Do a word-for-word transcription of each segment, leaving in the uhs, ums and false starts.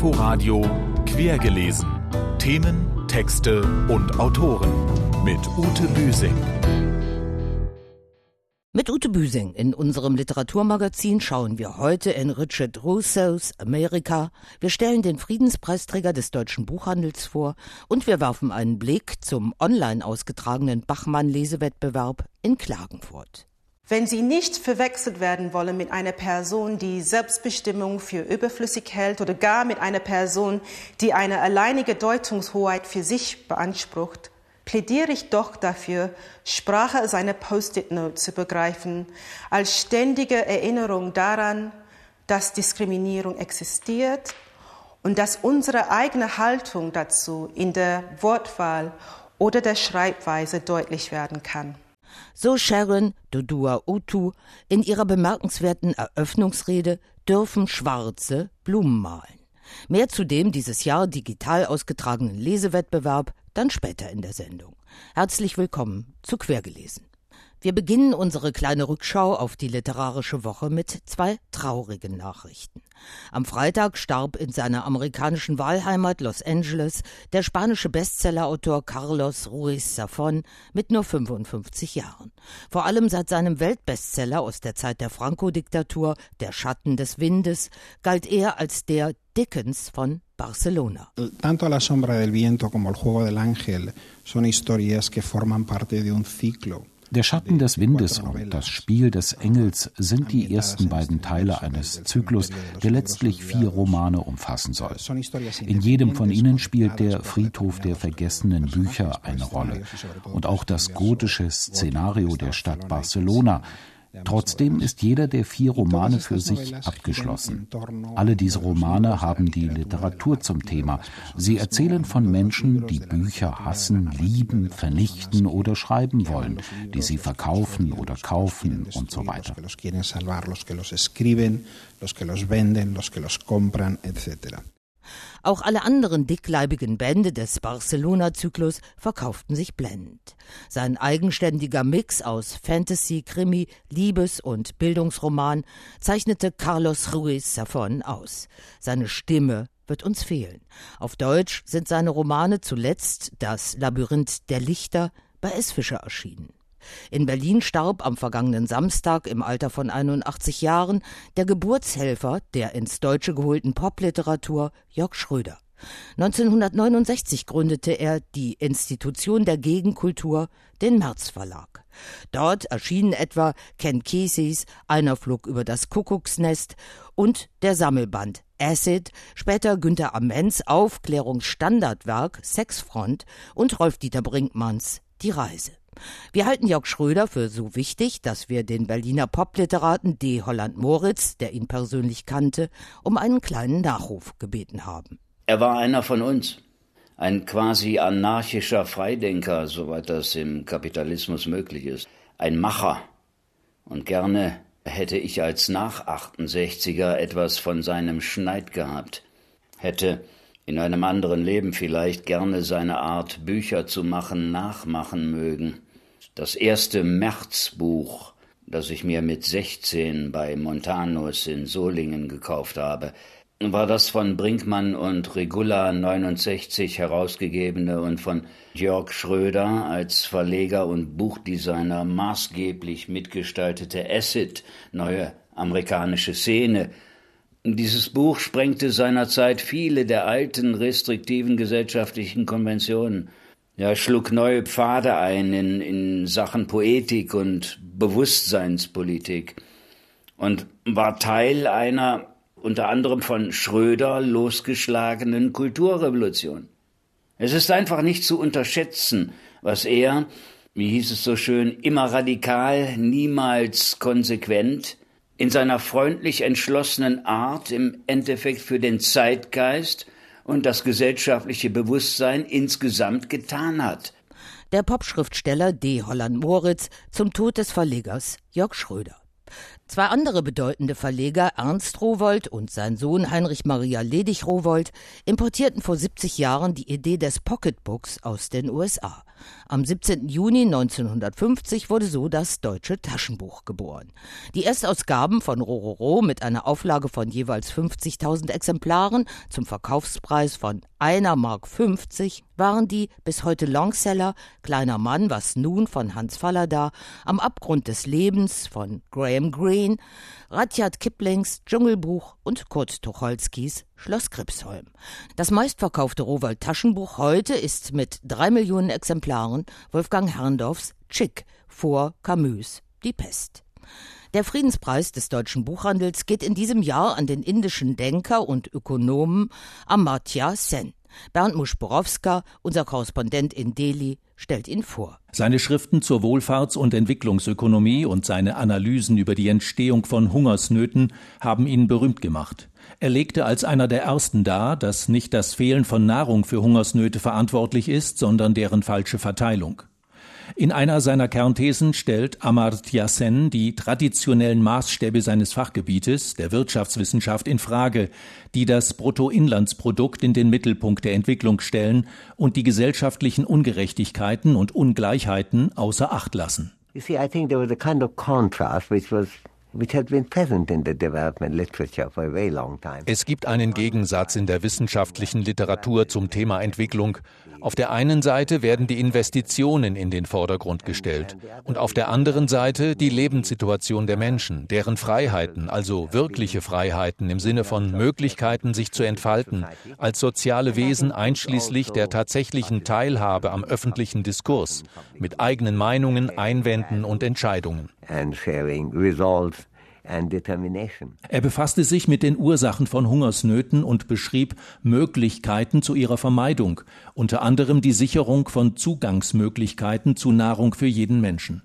Inforadio Quergelesen. Themen, Texte und Autoren mit Ute Büsing. Mit Ute Büsing in unserem Literaturmagazin schauen wir heute in Richard Russos Amerika. Wir stellen den Friedenspreisträger des deutschen Buchhandels vor und wir werfen einen Blick zum online ausgetragenen Bachmann-Lesewettbewerb in Klagenfurt. Wenn Sie nicht verwechselt werden wollen mit einer Person, die Selbstbestimmung für überflüssig hält oder gar mit einer Person, die eine alleinige Deutungshoheit für sich beansprucht, plädiere ich doch dafür, Sprache als eine Post-it-Note zu begreifen, als ständige Erinnerung daran, dass Diskriminierung existiert und dass unsere eigene Haltung dazu in der Wortwahl oder der Schreibweise deutlich werden kann. So Sharon Dodua-Utu in ihrer bemerkenswerten Eröffnungsrede Dürfen Schwarze Blumen malen. Mehr zu dem dieses Jahr digital ausgetragenen Lesewettbewerb dann später in der Sendung. Herzlich willkommen zu Quergelesen. Wir beginnen unsere kleine Rückschau auf die literarische Woche mit zwei traurigen Nachrichten. Am Freitag starb in seiner amerikanischen Wahlheimat Los Angeles der spanische Bestsellerautor Carlos Ruiz Zafón mit nur fünfundfünfzig Jahren. Vor allem seit seinem Weltbestseller aus der Zeit der Franco-Diktatur, Der Schatten des Windes, galt er als der Dickens von Barcelona. Tanto A la sombra del viento como El juego del ángel son historias que forman parte de un ciclo. Der Schatten des Windes und Das Spiel des Engels sind die ersten beiden Teile eines Zyklus, der letztlich vier Romane umfassen soll. In jedem von ihnen spielt der Friedhof der vergessenen Bücher eine Rolle und auch das gotische Szenario der Stadt Barcelona. Trotzdem ist jeder der vier Romane für sich abgeschlossen. Alle diese Romane haben die Literatur zum Thema. Sie erzählen von Menschen, die Bücher hassen, lieben, vernichten oder schreiben wollen, die sie verkaufen oder kaufen und so weiter. Auch alle anderen dickleibigen Bände des Barcelona-Zyklus verkauften sich blendend. Sein eigenständiger Mix aus Fantasy, Krimi, Liebes- und Bildungsroman zeichnete Carlos Ruiz Zafón aus. Seine Stimme wird uns fehlen. Auf Deutsch sind seine Romane zuletzt Das Labyrinth der Lichter bei S. Fischer erschienen. In Berlin starb am vergangenen Samstag im Alter von einundachtzig Jahren der Geburtshelfer der ins Deutsche geholten Popliteratur Jörg Schröder. neunzehnhundertneunundsechzig gründete er die Institution der Gegenkultur, den März Verlag. Dort erschienen etwa Ken Keseys Einer flog über das Kuckucksnest und der Sammelband Acid, später Günter Amends Aufklärungsstandardwerk Sexfront und Rolf-Dieter Brinkmanns Die Reise. Wir halten Jörg Schröder für so wichtig, dass wir den Berliner Popliteraten D. Holland Moritz, der ihn persönlich kannte, um einen kleinen Nachruf gebeten haben. Er war einer von uns, ein quasi anarchischer Freidenker, soweit das im Kapitalismus möglich ist, ein Macher. Und gerne hätte ich als Nach-achtundsechziger etwas von seinem Schneid gehabt, hätte in einem anderen Leben vielleicht gerne seine Art, Bücher zu machen, nachmachen mögen. Das erste Märzbuch, das ich mir mit sechzehn bei Montanus in Solingen gekauft habe, war das von Brinkmann und Regula neunundsechzig herausgegebene und von Jörg Schröder als Verleger und Buchdesigner maßgeblich mitgestaltete Acid, neue amerikanische Szene. Dieses Buch sprengte seinerzeit viele der alten, restriktiven gesellschaftlichen Konventionen. Er schlug neue Pfade ein in, in Sachen Poetik und Bewusstseinspolitik und war Teil einer unter anderem von Schröder losgeschlagenen Kulturrevolution. Es ist einfach nicht zu unterschätzen, was er, wie hieß es so schön, immer radikal, niemals konsequent, in seiner freundlich entschlossenen Art im Endeffekt für den Zeitgeist und das gesellschaftliche Bewusstsein insgesamt getan hat. Der Popschriftsteller D. Holland Moritz zum Tod des Verlegers Jörg Schröder. Zwei andere bedeutende Verleger, Ernst Rowohlt und sein Sohn Heinrich Maria Ledig-Rowohlt, importierten vor siebzig Jahren die Idee des Pocketbooks aus den U S A. Am siebzehnten Juni neunzehnhundertfünfzig wurde so das deutsche Taschenbuch geboren. Die Erstausgaben von Rororo mit einer Auflage von jeweils fünfzigtausend Exemplaren zum Verkaufspreis von einer Mark fünfzig waren die bis heute Longseller Kleiner Mann, was nun von Hans Fallada, Am Abgrund des Lebens von Graham Greene, Rudyard Kiplings Dschungelbuch und Kurt Tucholskys Schloss Gripsholm. Das meistverkaufte Rowohlt-Taschenbuch heute ist mit drei Millionen Exemplaren Wolfgang Herrndorffs Chick vor Camus' Die Pest. Der Friedenspreis des deutschen Buchhandels geht in diesem Jahr an den indischen Denker und Ökonomen Amartya Sen. Bernd Muschborowska, unser Korrespondent in Delhi, stellt ihn vor. Seine Schriften zur Wohlfahrts- und Entwicklungsökonomie und seine Analysen über die Entstehung von Hungersnöten haben ihn berühmt gemacht. Er legte als einer der ersten dar, dass nicht das Fehlen von Nahrung für Hungersnöte verantwortlich ist, sondern deren falsche Verteilung. In einer seiner Kernthesen stellt Amartya Sen die traditionellen Maßstäbe seines Fachgebietes, der Wirtschaftswissenschaft, in Frage, die das Bruttoinlandsprodukt in den Mittelpunkt der Entwicklung stellen und die gesellschaftlichen Ungerechtigkeiten und Ungleichheiten außer Acht lassen. You see, I think there was a kind of contrast which was which had been present in the development literature for a very long time. Es gibt einen Gegensatz in der wissenschaftlichen Literatur zum Thema Entwicklung. Auf der einen Seite werden die Investitionen in den Vordergrund gestellt und auf der anderen Seite die Lebenssituation der Menschen, deren Freiheiten, also wirkliche Freiheiten im Sinne von Möglichkeiten, sich zu entfalten, als soziale Wesen einschließlich der tatsächlichen Teilhabe am öffentlichen Diskurs, mit eigenen Meinungen, Einwänden und Entscheidungen. And sharing results and determination. Er befasste sich mit den Ursachen von Hungersnöten und beschrieb Möglichkeiten zu ihrer Vermeidung, unter anderem die Sicherung von Zugangsmöglichkeiten zu Nahrung für jeden Menschen.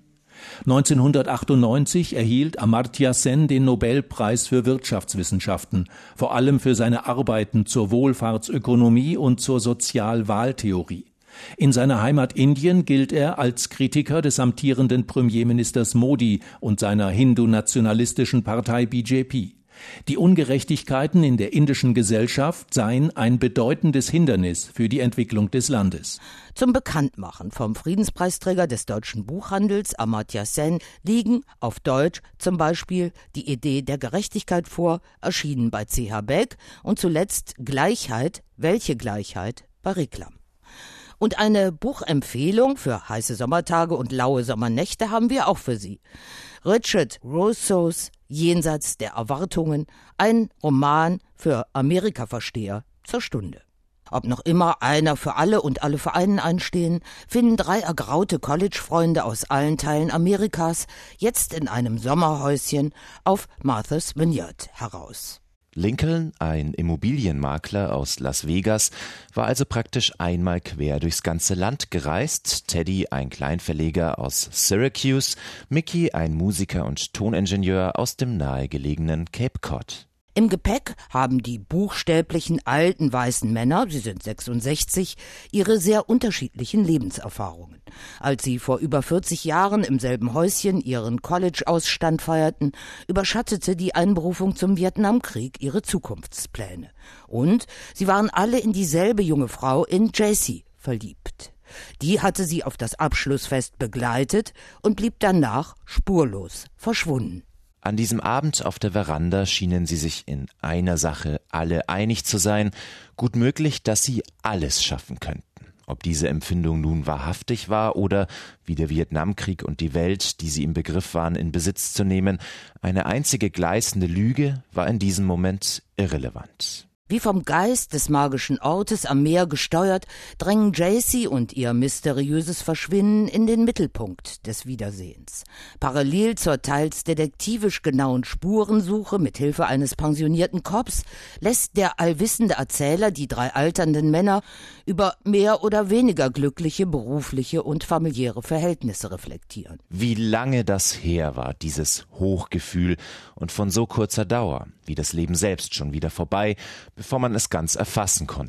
neunzehnhundertachtundneunzig erhielt Amartya Sen den Nobelpreis für Wirtschaftswissenschaften, vor allem für seine Arbeiten zur Wohlfahrtsökonomie und zur Sozialwahltheorie. In seiner Heimat Indien gilt er als Kritiker des amtierenden Premierministers Modi und seiner hindu-nationalistischen Partei B J P. Die Ungerechtigkeiten in der indischen Gesellschaft seien ein bedeutendes Hindernis für die Entwicklung des Landes. Zum Bekanntmachen vom Friedenspreisträger des deutschen Buchhandels Amartya Sen liegen auf Deutsch zum Beispiel Die Idee der Gerechtigkeit vor, erschienen bei C H Beck, und zuletzt Gleichheit, welche Gleichheit bei Reklam. Und eine Buchempfehlung für heiße Sommertage und laue Sommernächte haben wir auch für Sie. Richard Rousseaus Jenseits der Erwartungen, ein Roman für Amerika-Versteher zur Stunde. Ob noch immer einer für alle und alle für einen einstehen, finden drei ergraute College-Freunde aus allen Teilen Amerikas jetzt in einem Sommerhäuschen auf Martha's Vineyard heraus. Lincoln, ein Immobilienmakler aus Las Vegas, war also praktisch einmal quer durchs ganze Land gereist. Teddy, ein Kleinverleger aus Syracuse, Mickey, ein Musiker und Toningenieur aus dem nahegelegenen Cape Cod. Im Gepäck haben die buchstäblichen alten weißen Männer, sie sind sechsundsechzig, ihre sehr unterschiedlichen Lebenserfahrungen. Als sie vor über vierzig Jahren im selben Häuschen ihren College-Ausstand feierten, überschattete die Einberufung zum Vietnamkrieg ihre Zukunftspläne. Und sie waren alle in dieselbe junge Frau, in Jessie, verliebt. Die hatte sie auf das Abschlussfest begleitet und blieb danach spurlos verschwunden. An diesem Abend auf der Veranda schienen sie sich in einer Sache alle einig zu sein, gut möglich, dass sie alles schaffen könnten. Ob diese Empfindung nun wahrhaftig war oder, wie der Vietnamkrieg und die Welt, die sie im Begriff waren, in Besitz zu nehmen, eine einzige gleißende Lüge, war in diesem Moment irrelevant. Wie vom Geist des magischen Ortes am Meer gesteuert, drängen Jessie und ihr mysteriöses Verschwinden in den Mittelpunkt des Wiedersehens. Parallel zur teils detektivisch genauen Spurensuche mit Hilfe eines pensionierten Cops lässt der allwissende Erzähler die drei alternden Männer über mehr oder weniger glückliche berufliche und familiäre Verhältnisse reflektieren. Wie lange das her war, dieses Hochgefühl, und von so kurzer Dauer, wie das Leben selbst schon wieder vorbei, bevor man es ganz erfassen konnte.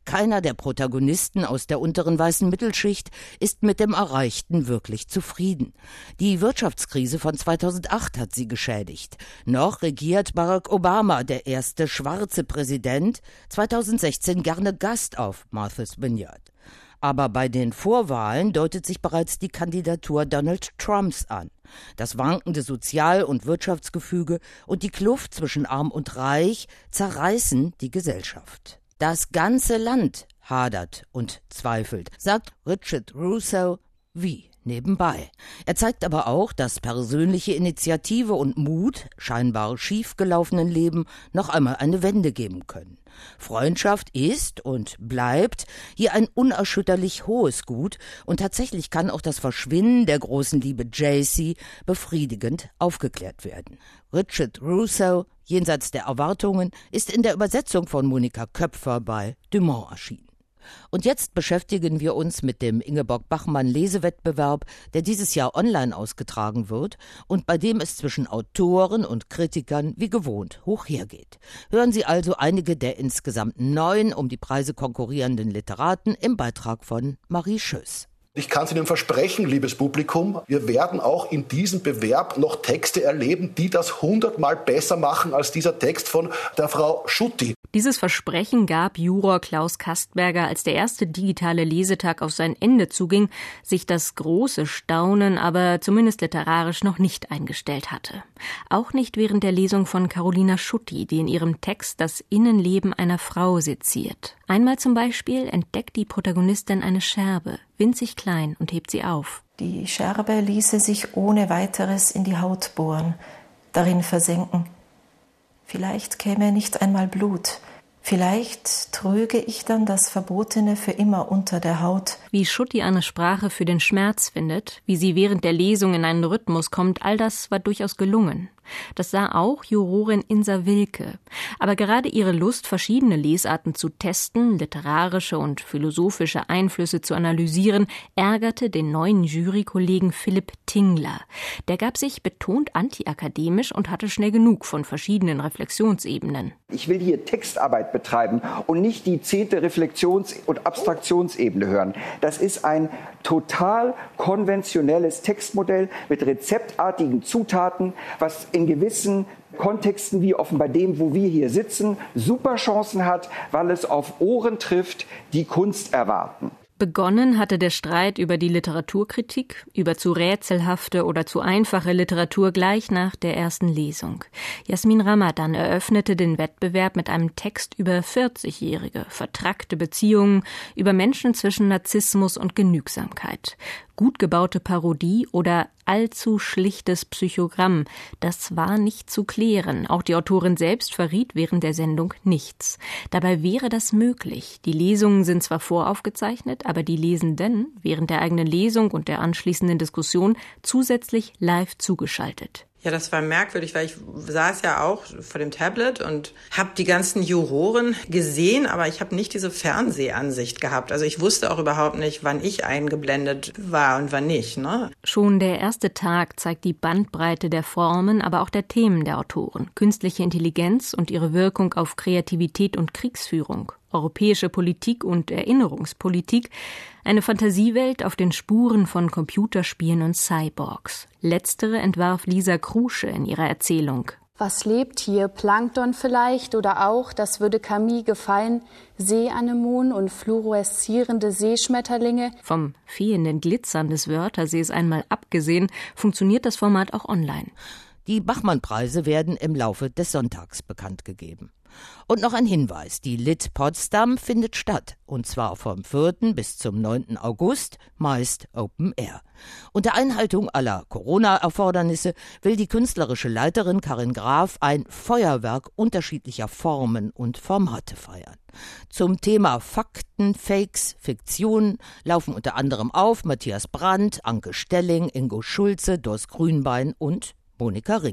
Keiner der Protagonisten aus der unteren weißen Mittelschicht ist mit dem Erreichten wirklich zufrieden. Die Wirtschaftskrise von zweitausendacht hat sie geschädigt. Noch regiert Barack Obama, der erste schwarze Präsident, zweitausendsechzehn gerne Gast auf Martha's Vineyard. Aber bei den Vorwahlen deutet sich bereits die Kandidatur Donald Trumps an. Das wankende Sozial- und Wirtschaftsgefüge und die Kluft zwischen Arm und Reich zerreißen die Gesellschaft. Das ganze Land hadert und zweifelt, sagt Richard Russo wie nebenbei. Er zeigt aber auch, dass persönliche Initiative und Mut scheinbar schiefgelaufenen Leben noch einmal eine Wende geben können. Freundschaft ist und bleibt hier ein unerschütterlich hohes Gut und tatsächlich kann auch das Verschwinden der großen Liebe Jaycee befriedigend aufgeklärt werden. Richard Russo, Jenseits der Erwartungen, ist in der Übersetzung von Monika Köpfer bei Dumont erschienen. Und jetzt beschäftigen wir uns mit dem Ingeborg-Bachmann-Lesewettbewerb, der dieses Jahr online ausgetragen wird und bei dem es zwischen Autoren und Kritikern wie gewohnt hoch hergeht. Hören Sie also einige der insgesamt neun um die Preise konkurrierenden Literaten im Beitrag von Marie Schöß. Ich kann es Ihnen versprechen, liebes Publikum, wir werden auch in diesem Bewerb noch Texte erleben, die das hundertmal besser machen als dieser Text von der Frau Schutti. Dieses Versprechen gab Juror Klaus Kastberger, als der erste digitale Lesetag auf sein Ende zuging, sich das große Staunen aber zumindest literarisch noch nicht eingestellt hatte. Auch nicht während der Lesung von Carolina Schutti, die in ihrem Text das Innenleben einer Frau seziert. Einmal zum Beispiel entdeckt die Protagonistin eine Scherbe, winzig klein, und hebt sie auf. Die Scherbe ließe sich ohne weiteres in die Haut bohren, darin versenken. Vielleicht käme nicht einmal Blut. Vielleicht trüge ich dann das Verbotene für immer unter der Haut. Wie Schutti eine Sprache für den Schmerz findet, wie sie während der Lesung in einen Rhythmus kommt, all das war durchaus gelungen. Das sah auch Jurorin Insa Wilke. Aber gerade ihre Lust, verschiedene Lesarten zu testen, literarische und philosophische Einflüsse zu analysieren, ärgerte den neuen Jurykollegen Philipp Tingler. Der gab sich betont antiakademisch und hatte schnell genug von verschiedenen Reflexionsebenen. Ich will hier Textarbeit betreiben und nicht die zehnte Reflexions- und Abstraktionsebene hören. Das ist ein total konventionelles Textmodell mit rezeptartigen Zutaten, was in gewissen Kontexten, wie offenbar dem, wo wir hier sitzen, super Chancen hat, weil es auf Ohren trifft, die Kunst erwarten. Begonnen hatte der Streit über die Literaturkritik, über zu rätselhafte oder zu einfache Literatur gleich nach der ersten Lesung. Jasmin Ramadan eröffnete den Wettbewerb mit einem Text über vierzigjährige, vertrackte Beziehungen, über Menschen zwischen Narzissmus und Genügsamkeit. Gut gebaute Parodie oder allzu schlichtes Psychogramm, das war nicht zu klären. Auch die Autorin selbst verriet während der Sendung nichts. Dabei wäre das möglich. Die Lesungen sind zwar voraufgezeichnet, aber die Lesenden während der eigenen Lesung und der anschließenden Diskussion zusätzlich live zugeschaltet. Ja, das war merkwürdig, weil ich saß ja auch vor dem Tablet und habe die ganzen Juroren gesehen, aber ich habe nicht diese Fernsehansicht gehabt. Also ich wusste auch überhaupt nicht, wann ich eingeblendet war und wann nicht. Ne? Schon der erste Tag zeigt die Bandbreite der Formen, aber auch der Themen der Autoren. Künstliche Intelligenz und ihre Wirkung auf Kreativität und Kriegsführung. Europäische Politik und Erinnerungspolitik, eine Fantasiewelt auf den Spuren von Computerspielen und Cyborgs. Letztere entwarf Lisa Krusche in ihrer Erzählung. Was lebt hier? Plankton vielleicht oder auch, das würde Camus gefallen, Seeanemonen und fluoreszierende Seeschmetterlinge. Vom fehlenden Glitzern des Wörtersees einmal abgesehen, funktioniert das Format auch online. Die Bachmann-Preise werden im Laufe des Sonntags bekannt gegeben. Und noch ein Hinweis, die Lit Potsdam findet statt, und zwar vom vierten bis zum neunten August, meist Open Air. Unter Einhaltung aller Corona-Erfordernisse will die künstlerische Leiterin Karin Graf ein Feuerwerk unterschiedlicher Formen und Formate feiern. Zum Thema Fakten, Fakes, Fiktion laufen unter anderem auf Matthias Brandt, Anke Stelling, Ingo Schulze, Dors Grünbein und Monika Rink.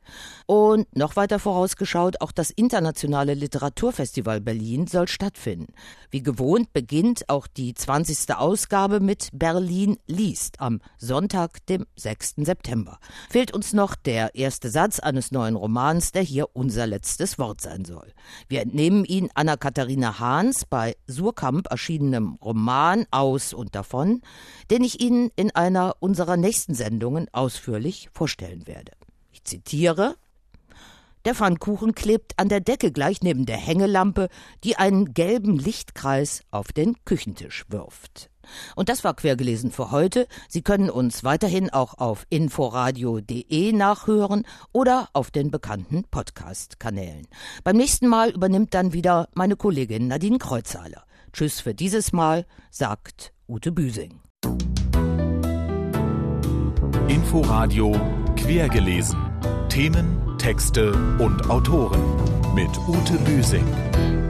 Und noch weiter vorausgeschaut, auch das Internationale Literaturfestival Berlin soll stattfinden. Wie gewohnt beginnt auch die zwanzigste Ausgabe mit Berlin liest am Sonntag, dem sechsten September. Fehlt uns noch der erste Satz eines neuen Romans, der hier unser letztes Wort sein soll. Wir entnehmen ihn Anna-Katharina Hahns bei Suhrkamp erschienenem Roman Aus und davon, den ich Ihnen in einer unserer nächsten Sendungen ausführlich vorstellen werde. Ich zitiere: Der Pfannkuchen klebt an der Decke gleich neben der Hängelampe, die einen gelben Lichtkreis auf den Küchentisch wirft. Und das war Quergelesen für heute. Sie können uns weiterhin auch auf inforadio punkt de nachhören oder auf den bekannten Podcast-Kanälen. Beim nächsten Mal übernimmt dann wieder meine Kollegin Nadine Kreuzhaler. Tschüss für dieses Mal, sagt Ute Büsing. Inforadio Quergelesen. Themen, Texte und Autoren mit Ute Büsing.